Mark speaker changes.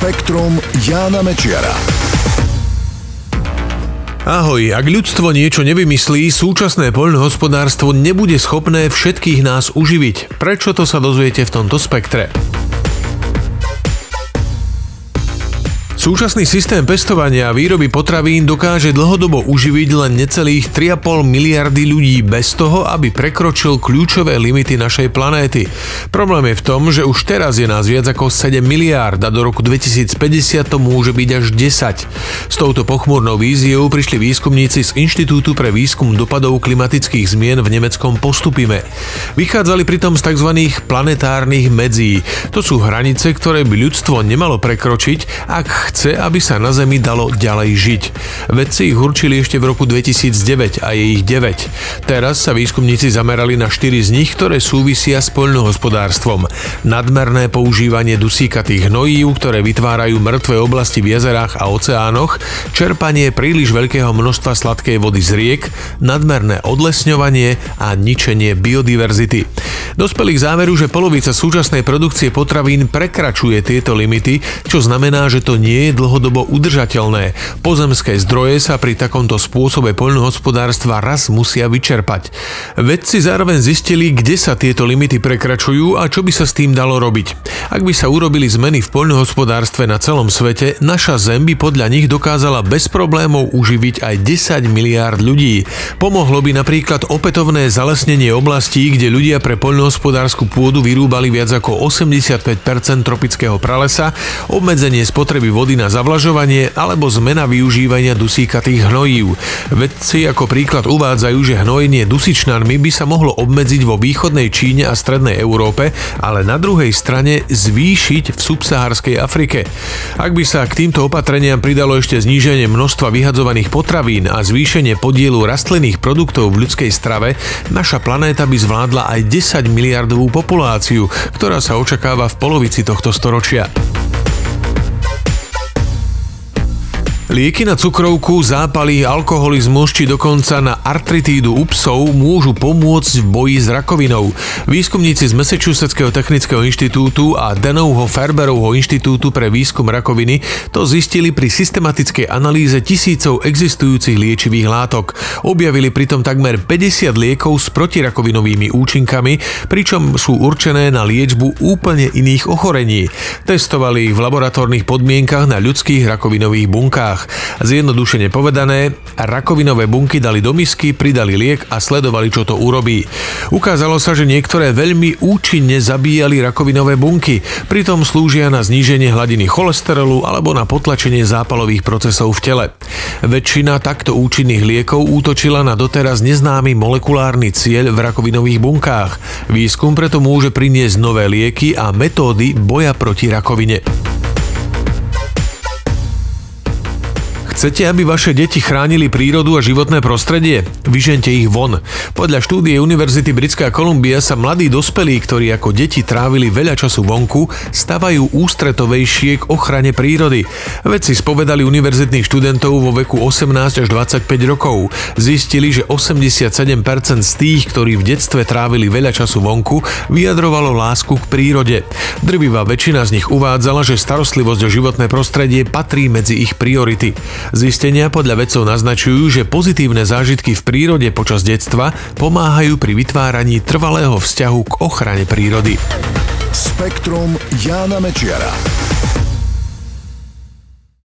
Speaker 1: Spektrum Jána Mečiara.
Speaker 2: Ahoj, ak ľudstvo niečo nevymyslí, súčasné poľnohospodárstvo nebude schopné všetkých nás uživiť. Prečo, to sa dozviete v tomto spektre. Súčasný systém pestovania a výroby potravín dokáže dlhodobo uživiť len necelých 3,5 miliardy ľudí bez toho, aby prekročil kľúčové limity našej planéty. Problém je v tom, že už teraz je nás viac ako 7 miliárd a do roku 2050 to môže byť až 10. S touto pochmúrnou víziou prišli výskumníci z Inštitútu pre výskum dopadov klimatických zmien v nemeckom Postupime. Vychádzali pritom z tzv. Planetárnych medzí. To sú hranice, ktoré by ľudstvo nemalo prekročiť, ak chce, aby sa na Zemi dalo ďalej žiť. Vedci ich určili ešte v roku 2009 a je ich 9. Teraz sa výskumníci zamerali na 4 z nich, ktoré súvisia s poľnohospodárstvom. Nadmerné používanie dusíkatých hnojív, ktoré vytvárajú mŕtve oblasti v jazerách a oceánoch, čerpanie príliš veľkého množstva sladkej vody z riek, nadmerné odlesňovanie a ničenie biodiverzity. Dospeli k záveru, že polovica súčasnej produkcie potravín prekračuje tieto limity, čo znamená, že to nie je dlhodobo udržateľné. Pozemské zdroje sa pri takomto spôsobe poľnohospodárstva raz musia vyčerpať. Vedci zároveň zistili, kde sa tieto limity prekračujú a čo by sa s tým dalo robiť. Ak by sa urobili zmeny v poľnohospodárstve na celom svete, naša Zem by podľa nich dokázala bez problémov uživiť aj 10 miliárd ľudí. Pomohlo by napríklad opätovné zalesnenie oblastí, kde ľudia pre poľnohospodársku pôdu vyrúbali viac ako 85% tropického pralesa, obmedzenie spotreby vody na zavlažovanie alebo zmena využívania dusíkatých hnojív. Vedci ako príklad uvádzajú, že hnojenie dusičnanmi by sa mohlo obmedziť vo východnej Číne a strednej Európe, ale na druhej strane zvýšiť v subsaharskej Afrike. Ak by sa k týmto opatreniam pridalo ešte zníženie množstva vyhadzovaných potravín a zvýšenie podielu rastlinných produktov v ľudskej strave, naša planéta by zvládla aj 10 miliardovú populáciu, ktorá sa očakáva v polovici tohto storočia. Lieky na cukrovku, zápaly, alkoholizmus či dokonca na artritídu u psov môžu pomôcť v boji s rakovinou. Výskumníci z Massachusettského technického inštitútu a Danovo-Farberovho inštitútu pre výskum rakoviny to zistili pri systematickej analýze tisícov existujúcich liečivých látok. Objavili pritom takmer 50 liekov s protirakovinovými účinkami, pričom sú určené na liečbu úplne iných ochorení. Testovali ich v laboratórnych podmienkach na ľudských rakovinových bunkách. Zjednodušene povedané, rakovinové bunky dali do misky, pridali liek a sledovali, čo to urobí. Ukázalo sa, že niektoré veľmi účinne zabíjali rakovinové bunky, pritom slúžia na zníženie hladiny cholesterolu alebo na potlačenie zápalových procesov v tele. Väčšina takto účinných liekov útočila na doteraz neznámy molekulárny cieľ v rakovinových bunkách. Výskum preto môže priniesť nové lieky a metódy boja proti rakovine. Chcete, aby vaše deti chránili prírodu a životné prostredie? Vyžeňte ich von. Podľa štúdie Univerzity Britská Kolumbia sa mladí dospelí, ktorí ako deti trávili veľa času vonku, stavajú ústretovejšie k ochrane prírody. Vedci spovedali univerzitných študentov vo veku 18 až 25 rokov. Zistili, že 87% z tých, ktorí v detstve trávili veľa času vonku, vyjadrovalo lásku k prírode. Drvivá väčšina z nich uvádzala, že starostlivosť o životné prostredie patrí medzi ich priority. Zistenia podľa vedcov naznačujú, že pozitívne zážitky v prírode počas detstva pomáhajú pri vytváraní trvalého vzťahu k ochrane prírody.
Speaker 1: Spektrum Jána Mečiara.